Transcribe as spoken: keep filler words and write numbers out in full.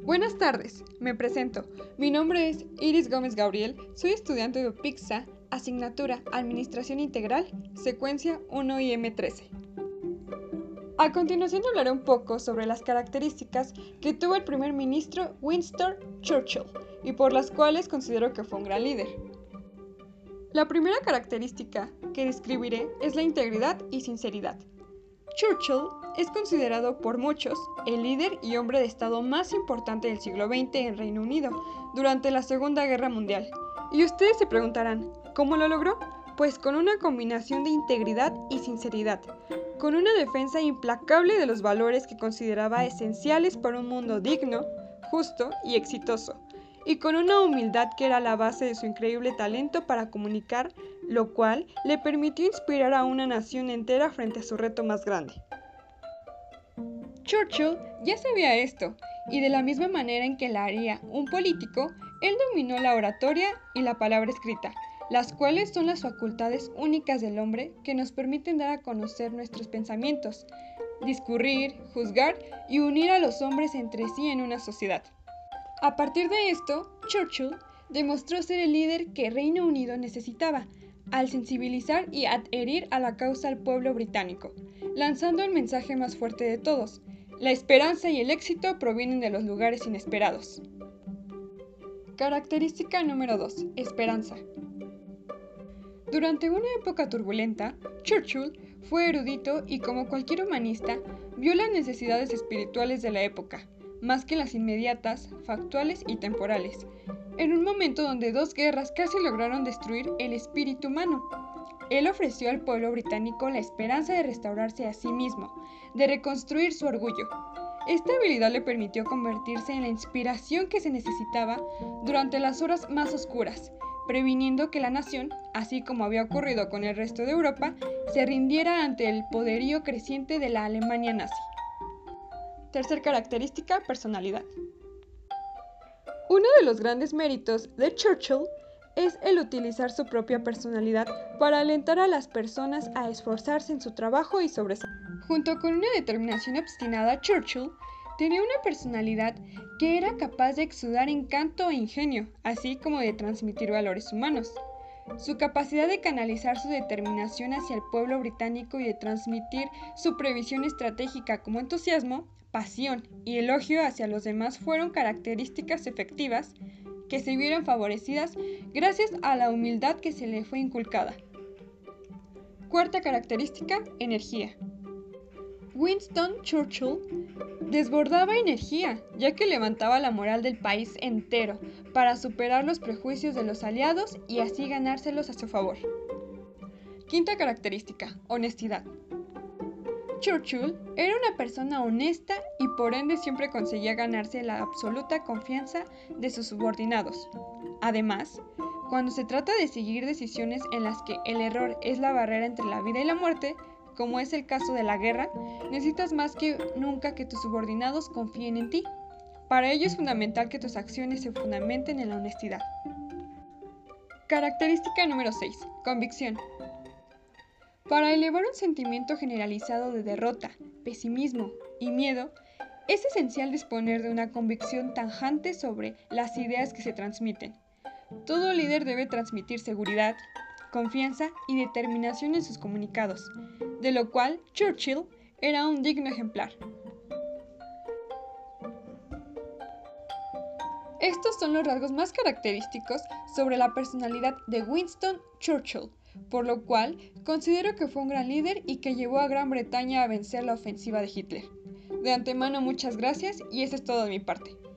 Buenas tardes, me presento. Mi nombre es Iris Gómez Gabriel, soy estudiante de PICSA, asignatura Administración Integral, secuencia uno I M trece. A continuación hablaré un poco sobre las características que tuvo el primer ministro Winston Churchill y por las cuales considero que fue un gran líder. La primera característica que describiré es la integridad y sinceridad. Churchill es considerado por muchos el líder y hombre de Estado más importante del siglo veinte en Reino Unido durante la Segunda Guerra Mundial. Y ustedes se preguntarán, ¿cómo lo logró? Pues con una combinación de integridad y sinceridad, con una defensa implacable de los valores que consideraba esenciales para un mundo digno, justo y exitoso, y con una humildad que era la base de su increíble talento para comunicar, lo cual le permitió inspirar a una nación entera frente a su reto más grande. Churchill ya sabía esto, y de la misma manera en que la haría un político, él dominó la oratoria y la palabra escrita, las cuales son las facultades únicas del hombre que nos permiten dar a conocer nuestros pensamientos, discurrir, juzgar y unir a los hombres entre sí en una sociedad. A partir de esto, Churchill demostró ser el líder que Reino Unido necesitaba, al sensibilizar y adherir a la causa al pueblo británico, lanzando el mensaje más fuerte de todos: la esperanza y el éxito provienen de los lugares inesperados. Característica número dos. Esperanza. Durante una época turbulenta, Churchill fue erudito y, como cualquier humanista, vio las necesidades espirituales de la época, más que las inmediatas, factuales y temporales, en un momento donde dos guerras casi lograron destruir el espíritu humano. Él ofreció al pueblo británico la esperanza de restaurarse a sí mismo, de reconstruir su orgullo. Esta habilidad le permitió convertirse en la inspiración que se necesitaba durante las horas más oscuras, previniendo que la nación, así como había ocurrido con el resto de Europa, se rindiera ante el poderío creciente de la Alemania nazi. Tercer característica, personalidad. Uno de los grandes méritos de Churchill es el utilizar su propia personalidad para alentar a las personas a esforzarse en su trabajo y sobresalir. Junto con una determinación obstinada, Churchill tenía una personalidad que era capaz de exudar encanto e ingenio, así como de transmitir valores humanos. Su capacidad de canalizar su determinación hacia el pueblo británico y de transmitir su previsión estratégica como entusiasmo, pasión y elogio hacia los demás fueron características efectivas que se vieron favorecidas gracias a la humildad que se le fue inculcada. Cuarta característica, energía. Winston Churchill desbordaba energía, ya que levantaba la moral del país entero para superar los prejuicios de los aliados y así ganárselos a su favor. Quinta característica, honestidad. Churchill era una persona honesta y por ende siempre conseguía ganarse la absoluta confianza de sus subordinados. Además, cuando se trata de seguir decisiones en las que el error es la barrera entre la vida y la muerte, como es el caso de la guerra, necesitas más que nunca que tus subordinados confíen en ti. Para ello es fundamental que tus acciones se fundamenten en la honestidad. Característica número seis. Convicción. Para elevar un sentimiento generalizado de derrota, pesimismo y miedo, es esencial disponer de una convicción tajante sobre las ideas que se transmiten. Todo líder debe transmitir seguridad, confianza y determinación en sus comunicados, de lo cual Churchill era un digno ejemplar. Estos son los rasgos más característicos sobre la personalidad de Winston Churchill, por lo cual considero que fue un gran líder y que llevó a Gran Bretaña a vencer la ofensiva de Hitler. De antemano, muchas gracias y eso es todo de mi parte.